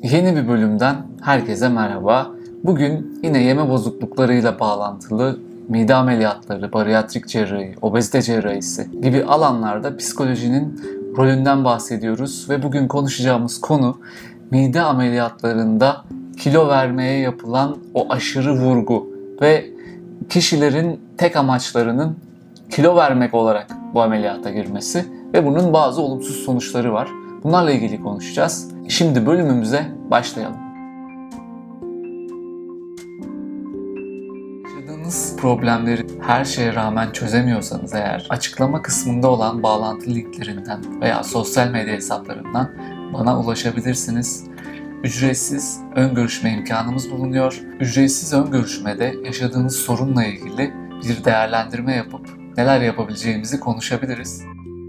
Yeni bir bölümden herkese merhaba. Bugün yine yeme bozukluklarıyla bağlantılı mide ameliyatları, bariyatrik cerrahi, obezite cerrahisi gibi alanlarda psikolojinin rolünden bahsediyoruz ve bugün konuşacağımız konu mide ameliyatlarında kilo vermeye yapılan o aşırı vurgu ve kişilerin tek amaçlarının kilo vermek olarak bu ameliyata girmesi ve bunun bazı olumsuz sonuçları var. Bunlarla ilgili konuşacağız. Şimdi bölümümüze başlayalım. Yaşadığınız problemleri her şeye rağmen çözemiyorsanız eğer, açıklama kısmında olan bağlantı linklerinden veya sosyal medya hesaplarından bana ulaşabilirsiniz. Ücretsiz ön görüşme imkanımız bulunuyor. Ücretsiz ön görüşmede yaşadığınız sorunla ilgili bir değerlendirme yapıp neler yapabileceğimizi konuşabiliriz.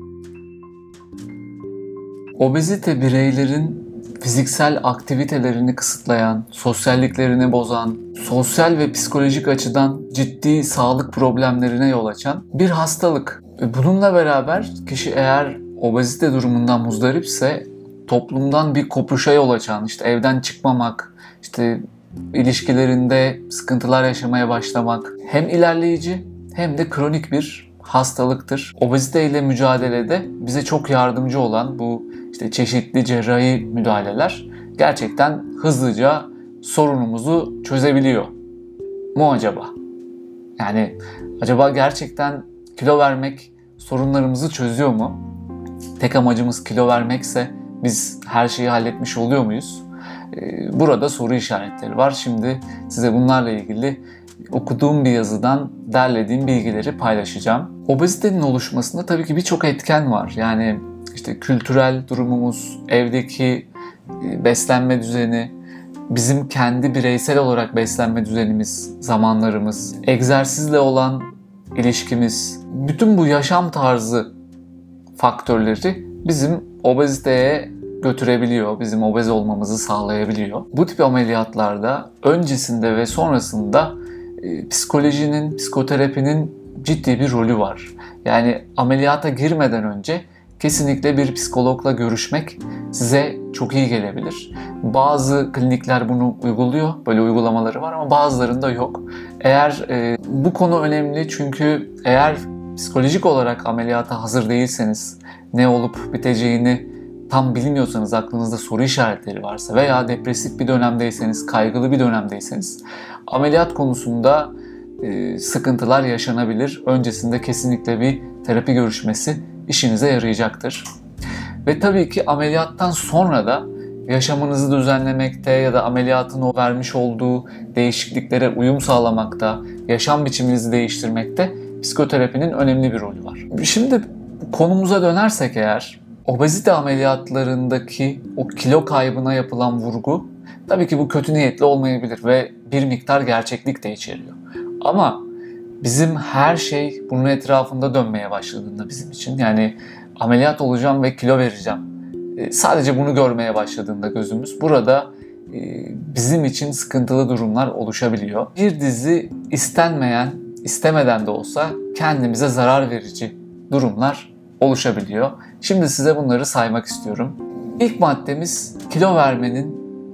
Obezite bireylerin fiziksel aktivitelerini kısıtlayan, sosyalliklerini bozan, sosyal ve psikolojik açıdan ciddi sağlık problemlerine yol açan bir hastalık. Bununla beraber kişi eğer obezite durumundan muzdaripse toplumdan bir kopuşa yol açan, evden çıkmamak, ilişkilerinde sıkıntılar yaşamaya başlamak hem ilerleyici hem de kronik bir hastalıktır. Obezite ile mücadelede bize çok yardımcı olan bu çeşitli cerrahi müdahaleler gerçekten hızlıca sorunumuzu çözebiliyor mu acaba? Yani acaba gerçekten kilo vermek sorunlarımızı çözüyor mu? Tek amacımız kilo vermekse biz her şeyi halletmiş oluyor muyuz? Burada soru işaretleri var. Şimdi size bunlarla ilgili okuduğum bir yazıdan derlediğim bilgileri paylaşacağım. Obezitenin oluşmasında tabii ki birçok etken var. Yani kültürel durumumuz, evdeki beslenme düzeni, bizim kendi bireysel olarak beslenme düzenimiz, zamanlarımız, egzersizle olan ilişkimiz, bütün bu yaşam tarzı faktörleri bizim obeziteye götürebiliyor, bizim obez olmamızı sağlayabiliyor. Bu tip ameliyatlarda öncesinde ve sonrasında psikolojinin, psikoterapinin ciddi bir rolü var. Yani ameliyata girmeden önce kesinlikle bir psikologla görüşmek size çok iyi gelebilir. Bazı klinikler bunu uyguluyor, böyle uygulamaları var ama bazılarında yok. Bu konu önemli çünkü eğer psikolojik olarak ameliyata hazır değilseniz, ne olup biteceğini tam bilmiyorsanız, aklınızda soru işaretleri varsa veya depresif bir dönemdeyseniz, kaygılı bir dönemdeyseniz ameliyat konusunda sıkıntılar yaşanabilir. Öncesinde kesinlikle bir terapi görüşmesi işinize yarayacaktır. Ve tabii ki ameliyattan sonra da yaşamınızı düzenlemekte ya da ameliyatın o vermiş olduğu değişikliklere uyum sağlamakta, yaşam biçiminizi değiştirmekte psikoterapinin önemli bir rolü var. Şimdi konumuza dönersek eğer, obezite ameliyatlarındaki o kilo kaybına yapılan vurgu tabii ki bu kötü niyetli olmayabilir ve bir miktar gerçeklik de içeriyor. Ama bizim her şey bunun etrafında dönmeye başladığında bizim için, yani ameliyat olacağım ve kilo vereceğim, sadece bunu görmeye başladığında gözümüz, burada bizim için sıkıntılı durumlar oluşabiliyor. Bir dizi istenmeyen, istemeden de olsa kendimize zarar verici durumlar oluşabiliyor. Şimdi size bunları saymak istiyorum. İlk maddemiz, kilo vermenin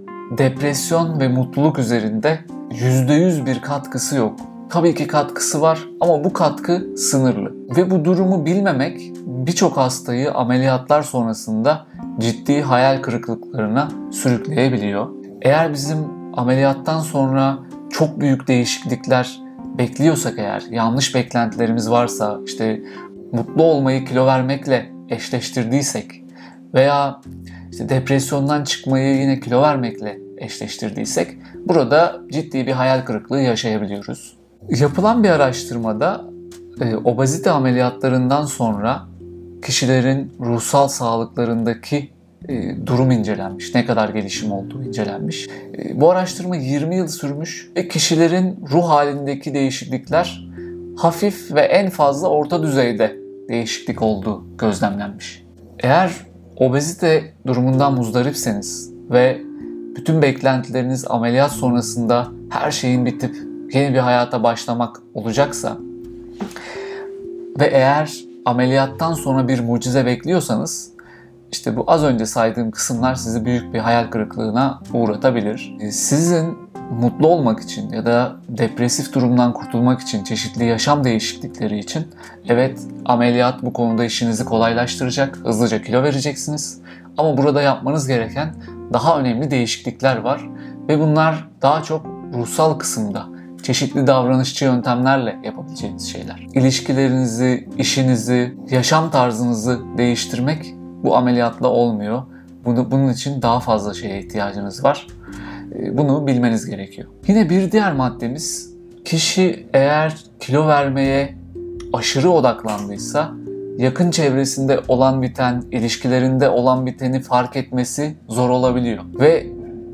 depresyon ve mutluluk üzerinde %100 bir katkısı yok. Tabii ki katkısı var ama bu katkı sınırlı. Ve bu durumu bilmemek birçok hastayı ameliyatlar sonrasında ciddi hayal kırıklıklarına sürükleyebiliyor. Eğer bizim ameliyattan sonra çok büyük değişiklikler bekliyorsak eğer, yanlış beklentilerimiz varsa, mutlu olmayı kilo vermekle eşleştirdiysek veya depresyondan çıkmayı yine kilo vermekle eşleştirdiysek burada ciddi bir hayal kırıklığı yaşayabiliyoruz. Yapılan bir araştırmada obezite ameliyatlarından sonra kişilerin ruhsal sağlıklarındaki durum incelenmiş, ne kadar gelişim olduğu incelenmiş. Bu araştırma 20 yıl sürmüş ve kişilerin ruh halindeki değişiklikler hafif ve en fazla orta düzeyde değişiklik olduğu gözlemlenmiş. Eğer obezite durumundan muzdaripseniz ve bütün beklentileriniz ameliyat sonrasında her şeyin bitip yeni bir hayata başlamak olacaksa ve eğer ameliyattan sonra bir mucize bekliyorsanız İşte bu az önce saydığım kısımlar sizi büyük bir hayal kırıklığına uğratabilir. Sizin mutlu olmak için ya da depresif durumdan kurtulmak için, çeşitli yaşam değişiklikleri için evet, ameliyat bu konuda işinizi kolaylaştıracak, hızlıca kilo vereceksiniz. Ama burada yapmanız gereken daha önemli değişiklikler var ve bunlar daha çok ruhsal kısımda, çeşitli davranışçı yöntemlerle yapabileceğiniz şeyler. İlişkilerinizi, işinizi, yaşam tarzınızı değiştirmek bu ameliyatla olmuyor. Bunun için daha fazla şeye ihtiyacınız var. Bunu bilmeniz gerekiyor. Yine bir diğer maddemiz, kişi eğer kilo vermeye aşırı odaklandıysa yakın çevresinde olan biten, ilişkilerinde olan biteni fark etmesi zor olabiliyor. Ve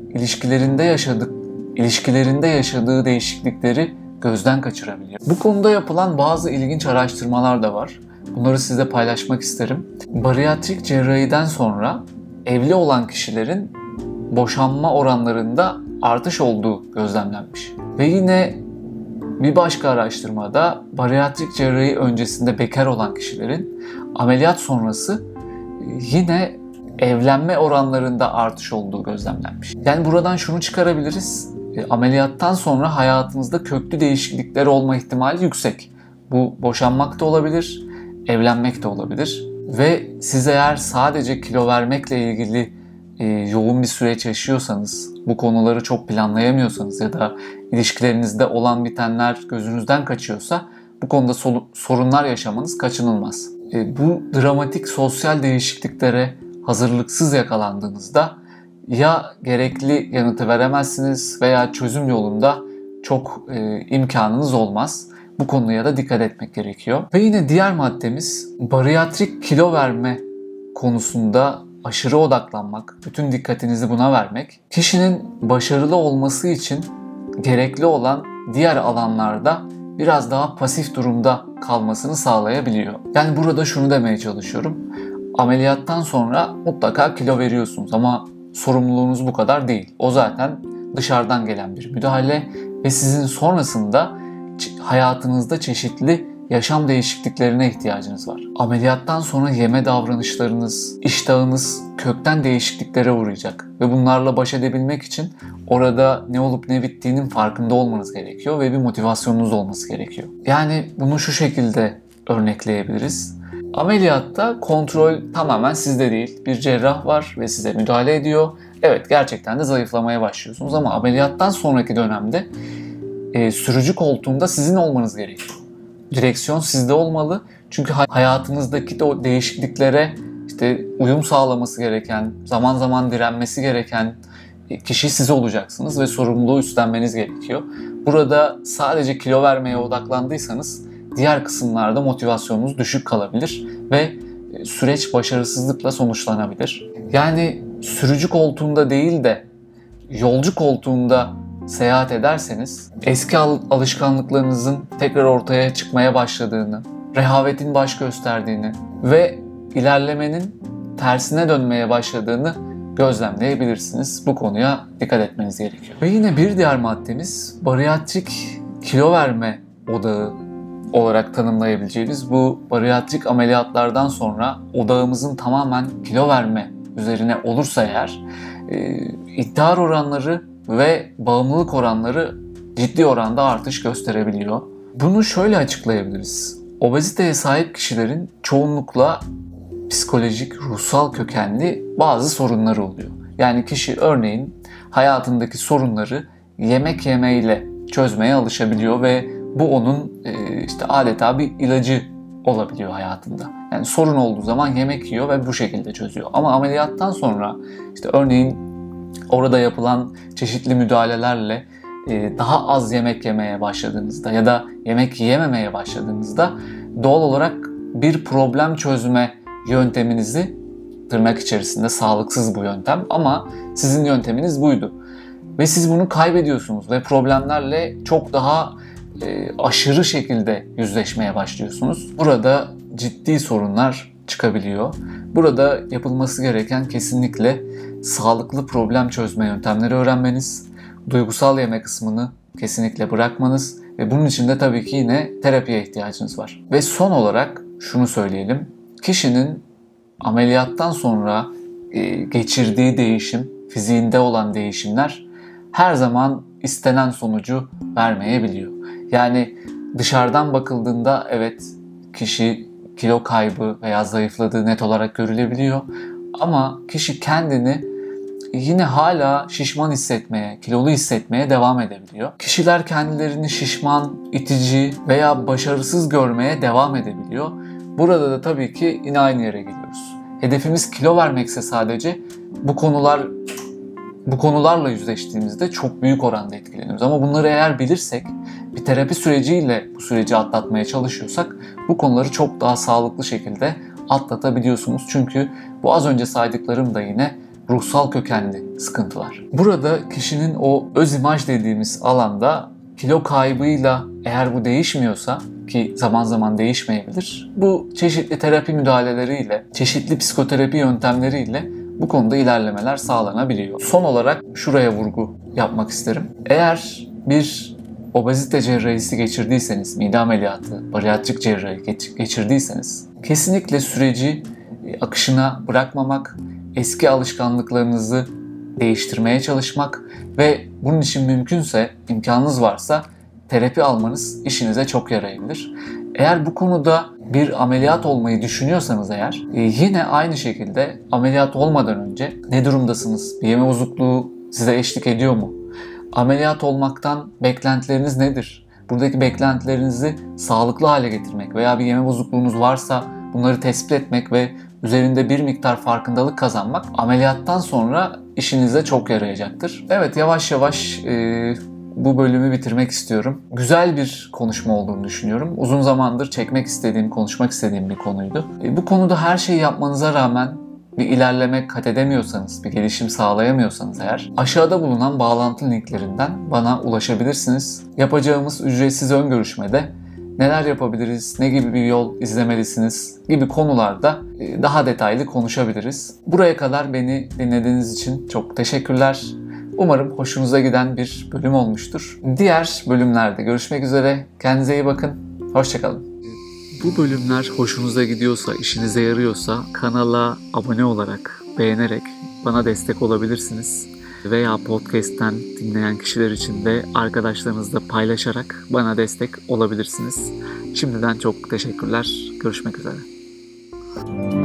ilişkilerinde yaşadığı değişiklikleri gözden kaçırabiliyor. Bu konuda yapılan bazı ilginç araştırmalar da var. Bunları size paylaşmak isterim. Bariyatrik cerrahiden sonra evli olan kişilerin boşanma oranlarında artış olduğu gözlemlenmiş. Ve yine bir başka araştırmada bariyatrik cerrahi öncesinde bekar olan kişilerin ameliyat sonrası yine evlenme oranlarında artış olduğu gözlemlenmiş. Yani buradan şunu çıkarabiliriz. Ameliyattan sonra hayatınızda köklü değişiklikler olma ihtimali yüksek. Bu boşanmak da olabilir, evlenmek de olabilir. Ve siz eğer sadece kilo vermekle ilgili yoğun bir süreç yaşıyorsanız, bu konuları çok planlayamıyorsanız ya da ilişkilerinizde olan bitenler gözünüzden kaçıyorsa bu konuda sorunlar yaşamanız kaçınılmaz. Bu dramatik sosyal değişikliklere hazırlıksız yakalandığınızda ya gerekli yanıtı veremezsiniz veya çözüm yolunda çok imkanınız olmaz. Bu konuya da dikkat etmek gerekiyor. Ve yine diğer maddemiz, bariyatrik kilo verme konusunda aşırı odaklanmak, bütün dikkatinizi buna vermek, kişinin başarılı olması için gerekli olan diğer alanlarda biraz daha pasif durumda kalmasını sağlayabiliyor. Yani burada şunu demeye çalışıyorum. Ameliyattan sonra mutlaka kilo veriyorsunuz ama sorumluluğunuz bu kadar değil. O zaten dışarıdan gelen bir müdahale ve sizin sonrasında hayatınızda çeşitli yaşam değişikliklerine ihtiyacınız var. Ameliyattan sonra yeme davranışlarınız, iştahınız kökten değişikliklere uğrayacak ve bunlarla baş edebilmek için orada ne olup ne bittiğinin farkında olmanız gerekiyor ve bir motivasyonunuz olması gerekiyor. Yani bunu şu şekilde örnekleyebiliriz. Ameliyatta kontrol tamamen sizde değil. Bir cerrah var ve size müdahale ediyor. Evet, gerçekten de zayıflamaya başlıyorsunuz ama ameliyattan sonraki dönemde sürücü koltuğunda sizin olmanız gerekiyor. Direksiyon sizde olmalı. Çünkü hayatınızdaki de o değişikliklere uyum sağlaması gereken, zaman zaman direnmesi gereken kişi siz olacaksınız ve sorumluluğu üstlenmeniz gerekiyor. Burada sadece kilo vermeye odaklandıysanız diğer kısımlarda motivasyonunuz düşük kalabilir ve süreç başarısızlıkla sonuçlanabilir. Yani sürücü koltuğunda değil de yolcu koltuğunda seyahat ederseniz eski alışkanlıklarınızın tekrar ortaya çıkmaya başladığını, rehavetin baş gösterdiğini ve ilerlemenin tersine dönmeye başladığını gözlemleyebilirsiniz. Bu konuya dikkat etmeniz gerekiyor. Ve yine bir diğer maddemiz, bariyatrik kilo verme odağı olarak tanımlayabileceğimiz bu bariyatrik ameliyatlardan sonra odağımızın tamamen kilo verme üzerine olursa eğer intihar oranları ve bağımlılık oranları ciddi oranda artış gösterebiliyor. Bunu şöyle açıklayabiliriz. Obeziteye sahip kişilerin çoğunlukla psikolojik, ruhsal kökenli bazı sorunları oluyor. Yani kişi örneğin hayatındaki sorunları yemek yemeyle çözmeye alışabiliyor ve bu onun adeta bir ilacı olabiliyor hayatında. Yani sorun olduğu zaman yemek yiyor ve bu şekilde çözüyor. Ama ameliyattan sonra örneğin orada yapılan çeşitli müdahalelerle daha az yemek yemeye başladığınızda ya da yemek yiyememeye başladığınızda doğal olarak bir problem çözme yönteminizi, tırnak içerisinde sağlıksız bu yöntem ama sizin yönteminiz buydu. Ve siz bunu kaybediyorsunuz ve problemlerle çok daha aşırı şekilde yüzleşmeye başlıyorsunuz. Burada ciddi sorunlar çıkabiliyor. Burada yapılması gereken kesinlikle sağlıklı problem çözme yöntemleri öğrenmeniz, duygusal yeme kısmını kesinlikle bırakmanız ve bunun için de tabii ki yine terapiye ihtiyacınız var. Ve son olarak şunu söyleyelim. Kişinin ameliyattan sonra geçirdiği değişim, fiziğinde olan değişimler her zaman istenen sonucu vermeyebiliyor. Yani dışarıdan bakıldığında evet kişi kilo kaybı veya zayıfladığı net olarak görülebiliyor. Ama kişi kendini yine hala şişman hissetmeye, kilolu hissetmeye devam edebiliyor. Kişiler kendilerini şişman, itici veya başarısız görmeye devam edebiliyor. Burada da tabii ki yine aynı yere geliyoruz. Hedefimiz kilo vermekse sadece bu konularla yüzleştiğimizde çok büyük oranda etkileniyoruz. Ama bunları eğer bilirsek, bir terapi süreciyle bu süreci atlatmaya çalışıyorsak bu konuları çok daha sağlıklı şekilde atlatabiliyorsunuz. Çünkü bu az önce saydıklarım da yine ruhsal kökenli sıkıntılar. Burada kişinin o öz imaj dediğimiz alanda kilo kaybıyla eğer bu değişmiyorsa, ki zaman zaman değişmeyebilir, bu çeşitli terapi müdahaleleriyle, çeşitli psikoterapi yöntemleriyle bu konuda ilerlemeler sağlanabiliyor. Son olarak şuraya vurgu yapmak isterim. Eğer bir obezite cerrahisi geçirdiyseniz, mide ameliyatı, bariyatrik cerrahi geçirdiyseniz kesinlikle süreci akışına bırakmamak, eski alışkanlıklarınızı değiştirmeye çalışmak ve bunun için mümkünse, imkanınız varsa terapi almanız işinize çok yarayabilir. Eğer bu konuda bir ameliyat olmayı düşünüyorsanız eğer, yine aynı şekilde ameliyat olmadan önce ne durumdasınız? Bir yeme bozukluğu size eşlik ediyor mu? Ameliyat olmaktan beklentileriniz nedir? Buradaki beklentilerinizi sağlıklı hale getirmek veya bir yeme bozukluğunuz varsa bunları tespit etmek ve üzerinde bir miktar farkındalık kazanmak ameliyattan sonra işinize çok yarayacaktır. Evet, yavaş yavaş bu bölümü bitirmek istiyorum. Güzel bir konuşma olduğunu düşünüyorum. Uzun zamandır çekmek istediğim, konuşmak istediğim bir konuydu. Bu konuda her şeyi yapmanıza rağmen bir ilerleme kat edemiyorsanız, bir gelişim sağlayamıyorsanız eğer, aşağıda bulunan bağlantı linklerinden bana ulaşabilirsiniz. Yapacağımız ücretsiz ön görüşmede neler yapabiliriz, ne gibi bir yol izlemelisiniz gibi konularda daha detaylı konuşabiliriz. Buraya kadar beni dinlediğiniz için çok teşekkürler. Umarım hoşunuza giden bir bölüm olmuştur. Diğer bölümlerde görüşmek üzere. Kendinize iyi bakın. Hoşçakalın. Bu bölümler hoşunuza gidiyorsa, işinize yarıyorsa kanala abone olarak, beğenerek bana destek olabilirsiniz. Veya podcast'ten dinleyen kişiler için de arkadaşlarınızla paylaşarak bana destek olabilirsiniz. Şimdiden çok teşekkürler. Görüşmek üzere.